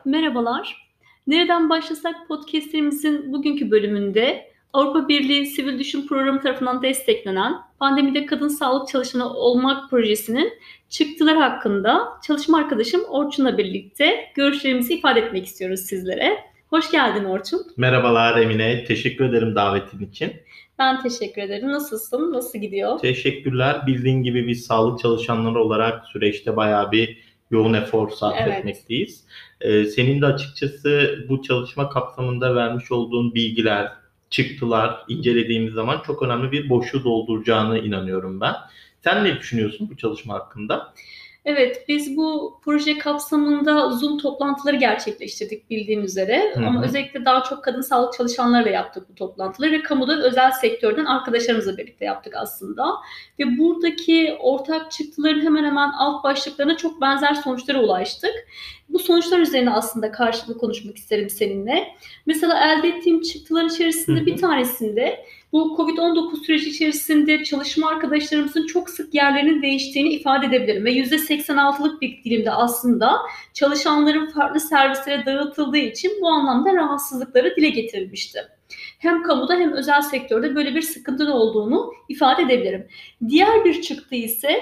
Merhabalar. Nereden Başlasak podcast'lerimizin bugünkü bölümünde Avrupa Birliği Sivil Düşün Programı tarafından desteklenen Pandemide Kadın Sağlık Çalışanı Olmak projesinin çıktıları hakkında çalışma arkadaşım Orçun'la birlikte görüşlerimizi ifade etmek istiyoruz sizlere. Hoş geldin Orçun. Merhabalar Emine, teşekkür ederim davetin için. Ben teşekkür ederim. Nasılsın? Nasıl gidiyor? Teşekkürler. Bildiğin gibi biz sağlık çalışanları olarak süreçte bayağı bir yoğun efor sarf Evet. etmekteyiz. Senin de açıkçası bu çalışma kapsamında vermiş olduğun bilgiler, çıktılar incelediğimiz zaman çok önemli bir boşluğu dolduracağına inanıyorum ben. Sen ne düşünüyorsun bu çalışma hakkında? Evet, biz bu proje kapsamında Zoom toplantıları gerçekleştirdik bildiğin üzere. Hı Ama hı. özellikle daha çok kadın sağlık çalışanlarıyla yaptık bu toplantıları ve kamuda özel sektörden arkadaşlarımızla birlikte yaptık aslında. Ve buradaki ortak çıktıların hemen hemen alt başlıklarına çok benzer sonuçlara ulaştık. Bu sonuçlar üzerine aslında karşılıklı konuşmak isterim seninle. Mesela elde ettiğim çıktıların Hı içerisinde bir hı. tanesinde bu COVID-19 süreci içerisinde çalışma arkadaşlarımızın çok sık yerlerinin değiştiğini ifade edebilirim ve %86'lık bir dilimde aslında çalışanların farklı servislere dağıtıldığı için bu anlamda rahatsızlıkları dile getirilmişti. Hem kamuda hem özel sektörde böyle bir sıkıntı olduğunu ifade edebilirim. Diğer bir çıktı ise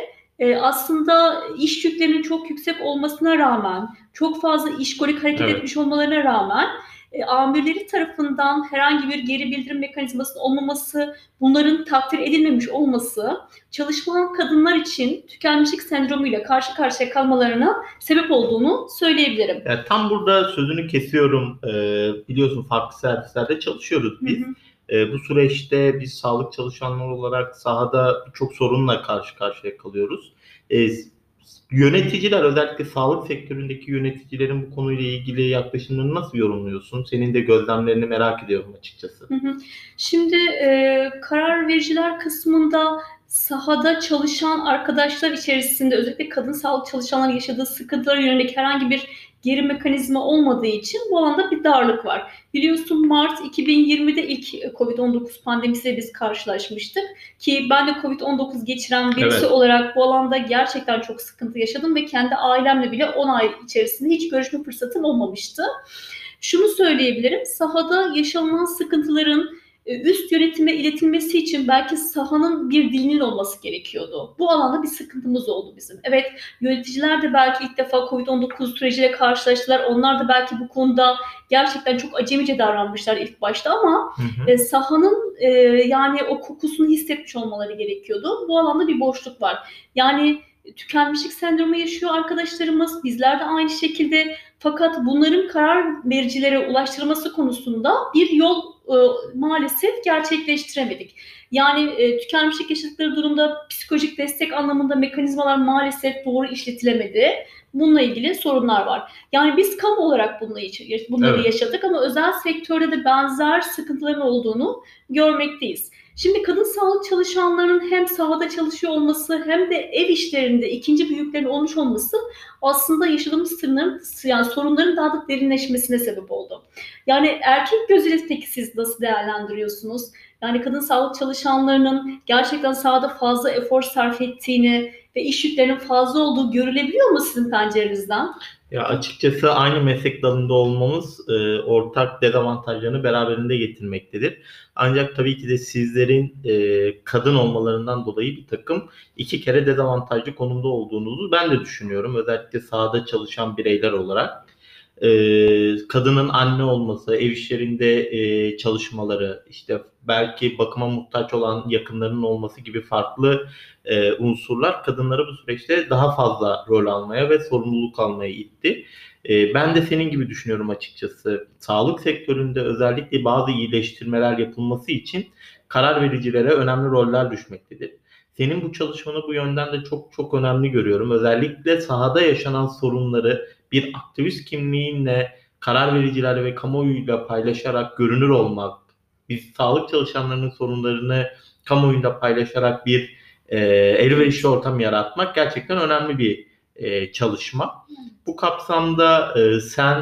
aslında iş yüklerinin çok yüksek olmasına rağmen, çok fazla işkolik hareket Evet. etmiş olmalarına rağmen amirleri tarafından herhangi bir geri bildirim mekanizmasının olmaması, bunların takdir edilmemiş olması çalışan kadınlar için tükenmişlik sendromuyla karşı karşıya kalmalarına sebep olduğunu söyleyebilirim. Ya tam burada sözünü kesiyorum. Biliyorsun farklı servislerde çalışıyoruz Hı biz. hı. Bu süreçte biz sağlık çalışanları olarak sahada birçok sorunla karşı karşıya kalıyoruz. Ee, Yöneticiler, özellikle sağlık sektöründeki yöneticilerin bu konuyla ilgili yaklaşımlarını nasıl yorumluyorsun? Senin de gözlemlerini merak ediyorum açıkçası. Hı hı. Şimdi karar vericiler kısmında sahada çalışan arkadaşlar içerisinde özellikle kadın sağlık çalışanların yaşadığı sıkıntılara yönelik herhangi bir geri mekanizma olmadığı için bu alanda bir darlık var. Biliyorsun Mart 2020'de ilk COVID-19 pandemisiyle biz karşılaşmıştık ki ben de COVID-19 geçiren birisi Evet. olarak bu alanda gerçekten çok sıkıntı yaşadım ve kendi ailemle bile 10 ay içerisinde hiç görüşme fırsatım olmamıştı. Şunu söyleyebilirim, sahada yaşanan sıkıntıların üst yönetime iletilmesi için belki sahanın bir dilinin olması gerekiyordu. Bu alanda bir sıkıntımız oldu bizim. Evet, yöneticiler de belki ilk defa COVID-19 süreciyle karşılaştılar. Onlar da belki bu konuda gerçekten çok acemice davranmışlar ilk başta ama Hı hı. sahanın yani o kokusunu hissetmiş olmaları gerekiyordu. Bu alanda bir boşluk var. Yani tükenmişlik sendromu yaşıyor arkadaşlarımız. Bizler de aynı şekilde, fakat bunların karar vericilere ulaştırılması konusunda bir yol maalesef gerçekleştiremedik. Yani tükenmişlik yaşadıkları durumda psikolojik destek anlamında mekanizmalar maalesef doğru işletilemedi. Bununla ilgili sorunlar var. Yani biz kamu olarak bunları Evet. yaşadık ama özel sektörde de benzer sıkıntıların olduğunu görmekteyiz. Şimdi kadın sağlık çalışanlarının hem sahada çalışıyor olması hem de ev işlerinde ikinci bir yüklerin olmuş olması aslında yaşadığımız yani sorunların daha da derinleşmesine sebep oldu. Yani erkek gözüyle peki siz nasıl değerlendiriyorsunuz? Yani kadın sağlık çalışanlarının gerçekten sahada fazla efor sarf ettiğini ve iş yüklerinin fazla olduğu görülebiliyor mu sizin pencerenizden? Ya açıkçası aynı meslek dalında olmamız ortak dezavantajlarını beraberinde getirmektedir. Ancak tabii ki de sizlerin kadın olmalarından dolayı bir takım iki kere dezavantajlı konumda olduğunuzu ben de düşünüyorum. Özellikle sahada çalışan bireyler olarak. Kadının anne olması, ev işlerinde çalışmaları, işte belki bakıma muhtaç olan yakınlarının olması gibi farklı unsurlar kadınları bu süreçte daha fazla rol almaya ve sorumluluk almaya itti. Ben de senin gibi düşünüyorum açıkçası. Sağlık sektöründe özellikle bazı iyileştirmeler yapılması için karar vericilere önemli roller düşmektedir. Senin bu çalışmanı bu yönden de çok çok önemli görüyorum. Özellikle sahada yaşanan sorunları bir aktivist kimliğinle karar vericilerle ve kamuoyuyla paylaşarak görünür olmak, biz sağlık çalışanlarının sorunlarını kamuoyunda paylaşarak bir elverişli ortam yaratmak gerçekten önemli bir çalışma. Bu kapsamda sen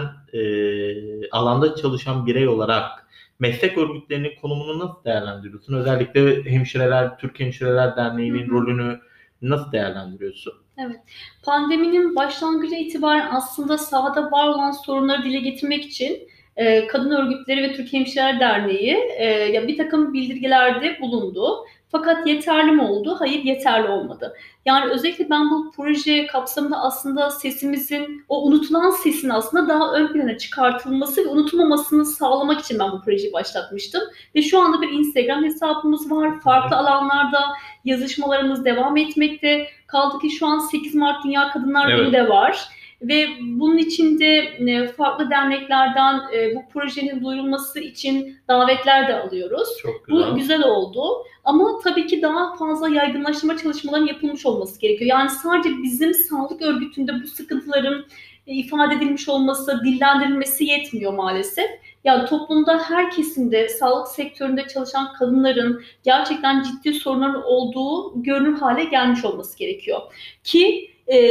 alanda çalışan birey olarak meslek örgütlerinin konumunu nasıl değerlendiriyorsun? Özellikle hemşireler, Türk Hemşireler Hı Derneği'nin hı. rolünü nasıl değerlendiriyorsun? Evet. Pandeminin başlangıcı itibaren aslında sahada var olan sorunları dile getirmek için kadın örgütleri ve Türkiye Hemşireler Derneği ya bir takım bildirgelerde bulundu. Fakat yeterli mi oldu? Hayır, yeterli olmadı. Yani özellikle ben bu proje kapsamında aslında sesimizin, o unutulan sesin aslında daha ön plana çıkartılması ve unutulmamasını sağlamak için ben bu projeyi başlatmıştım. Ve şu anda bir Instagram hesabımız var. Farklı alanlarda yazışmalarımız devam etmekte. Kaldı ki şu an 8 Mart Dünya Kadınlar Günü Evet. de var. Ve bunun içinde farklı derneklerden bu projenin duyurulması için davetler de alıyoruz. Çok güzel. Bu güzel oldu. Ama tabii ki daha fazla yaygınlaştırma çalışmalarının yapılmış olması gerekiyor. Yani sadece bizim sağlık örgütünde bu sıkıntıların ifade edilmiş olması, dillendirilmesi yetmiyor maalesef. Yani toplumda her kesimde, sağlık sektöründe çalışan kadınların gerçekten ciddi sorunların olduğu görünür hale gelmiş olması gerekiyor. Ki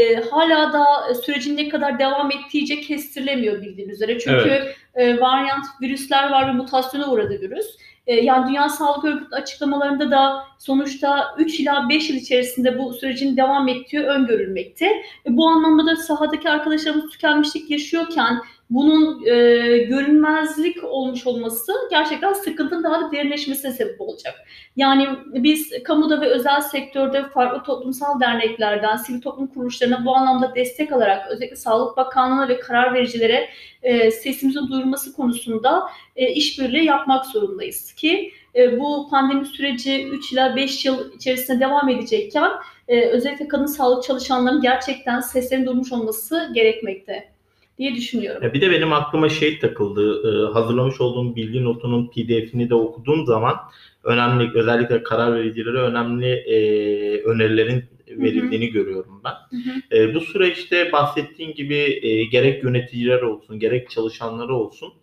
hala da sürecin ne kadar devam ettiği kestirilemiyor bildiğiniz üzere. Çünkü varyant virüsler var ve mutasyona uğradı virüs. Yani Dünya Sağlık Örgütü açıklamalarında da sonuçta 3 ila 5 yıl içerisinde bu sürecin devam ettiği öngörülmekte. Bu anlamda da sahadaki arkadaşlarımız tükenmişlik yaşıyorken bunun görünmezlik olmuş olması gerçekten sıkıntının daha da derinleşmesine sebep olacak. Yani biz kamuda ve özel sektörde farklı toplumsal derneklerden, sivil toplum kuruluşlarına bu anlamda destek alarak özellikle Sağlık Bakanlığı'na ve karar vericilere sesimizin duyurulması konusunda işbirliği yapmak zorundayız ki bu pandemi süreci 3 ila 5 yıl içerisinde devam edecekken özellikle kadın sağlık çalışanlarının gerçekten seslerinin duyulmuş olması gerekmekte diye düşünüyorum. Bir de benim aklıma şey takıldı. Hazırlamış olduğum bilgi notunun PDF'ini de okuduğum zaman önemli, özellikle karar vericilere önemli önerilerin verildiğini görüyorum ben. Bu süreçte bahsettiğin gibi gerek yöneticiler olsun, gerek çalışanları olsun,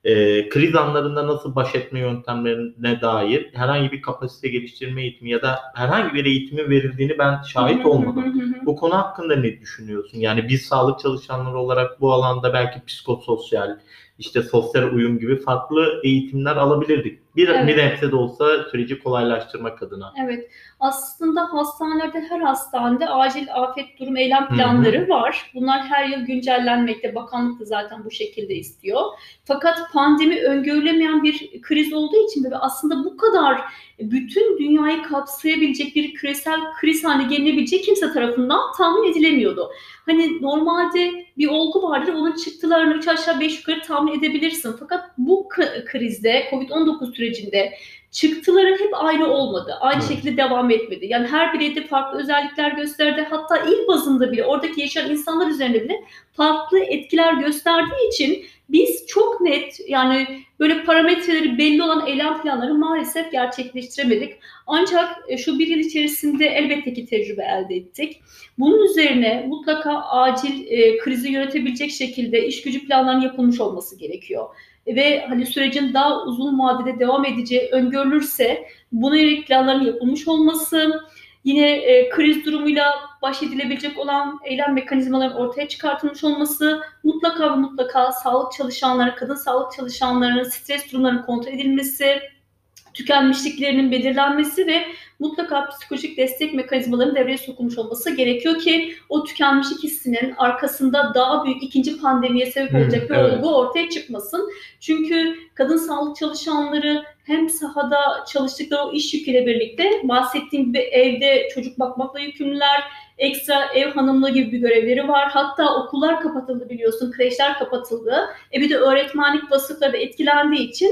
kriz anlarında nasıl baş etme yöntemlerine dair herhangi bir kapasite geliştirme eğitimi ya da herhangi bir eğitimin verildiğini ben şahit olmadım. Bu konu hakkında ne düşünüyorsun? Yani biz sağlık çalışanları olarak bu alanda belki psikososyal, işte sosyal uyum gibi farklı eğitimler alabilirdik. Bir nebze de olsa süreci kolaylaştırmak adına. Evet. Aslında hastanelerde, her hastanede acil afet durum eylem planları var. Bunlar her yıl güncellenmekte. Bakanlık da zaten bu şekilde istiyor. Fakat pandemi öngörülemeyen bir kriz olduğu için ve aslında bu kadar bütün dünyayı kapsayabilecek bir küresel kriz haline gelinebileceği kimse tarafından tahmin edilemiyordu. Hani normalde bir olgu vardır, onun çıktılarını 3 aşağı 5 yukarı tahmin edebilirsin. Fakat bu krizde, Covid-19 sürecinde çıktıları hep aynı olmadı. Aynı şekilde devam etmedi. Yani her bireyde farklı özellikler gösterdi. Hatta il bazında bile, oradaki yaşayan insanlar üzerinde bile farklı etkiler gösterdiği için biz çok net, yani böyle parametreleri belli olan eylem planları maalesef gerçekleştiremedik. Ancak şu bir yıl içerisinde elbette ki tecrübe elde ettik. Bunun üzerine mutlaka acil krizi yönetebilecek şekilde iş gücü planlarının yapılmış olması gerekiyor. Ve hani sürecin daha uzun vadede devam edeceği öngörülürse buna yönelik planların yapılmış olması, yine kriz durumuyla baş edilebilecek olan eylem mekanizmalarının ortaya çıkartılmış olması, mutlaka ve mutlaka sağlık çalışanları, kadın sağlık çalışanlarının stres durumlarının kontrol edilmesi, tükenmişliklerinin belirlenmesi ve mutlaka psikolojik destek mekanizmalarının devreye sokulmuş olması gerekiyor ki o tükenmişlik hissinin arkasında daha büyük ikinci pandemiye sebep olacak bir olgu ortaya çıkmasın. Çünkü kadın sağlık çalışanları hem sahada çalıştıkları o iş yüküyle birlikte bahsettiğim gibi evde çocuk bakmakla yükümlüler, ekstra ev hanımlığı gibi bir görevleri var. Hatta okullar kapatıldı biliyorsun, kreşler kapatıldı. Bir de öğretmenlik vasıfları da etkilendiği için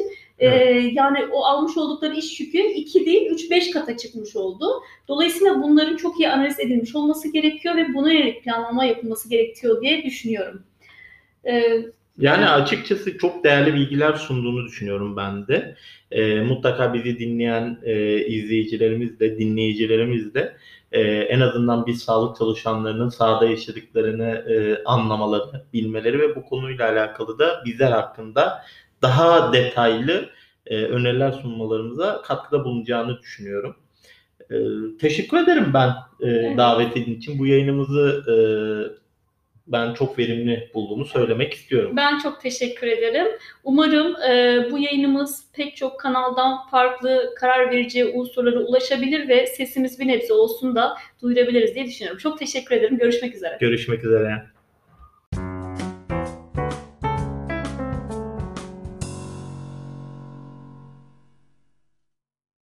yani o almış oldukları iş yükü 2 değil 3-5 kata çıkmış oldu. Dolayısıyla bunların çok iyi analiz edilmiş olması gerekiyor ve buna yönelik planlama yapılması gerekiyor diye düşünüyorum. Yani açıkçası çok değerli bilgiler sunduğunu düşünüyorum ben de. Mutlaka bizi dinleyen izleyicilerimiz de, dinleyicilerimiz de en azından biz sağlık çalışanlarının sahada yaşadıklarını anlamaları, bilmeleri ve bu konuyla alakalı da bizler hakkında daha detaylı öneriler sunmalarımıza katkıda bulunacağını düşünüyorum. Teşekkür ederim ben davetin için. Bu yayınımızı ben çok verimli bulduğumu söylemek istiyorum. Ben çok teşekkür ederim. Umarım bu yayınımız pek çok kanaldan farklı karar verici unsurlara ulaşabilir ve sesimiz bir nebze olsun da duyurabiliriz diye düşünüyorum. Çok teşekkür ederim. Görüşmek üzere. Görüşmek üzere.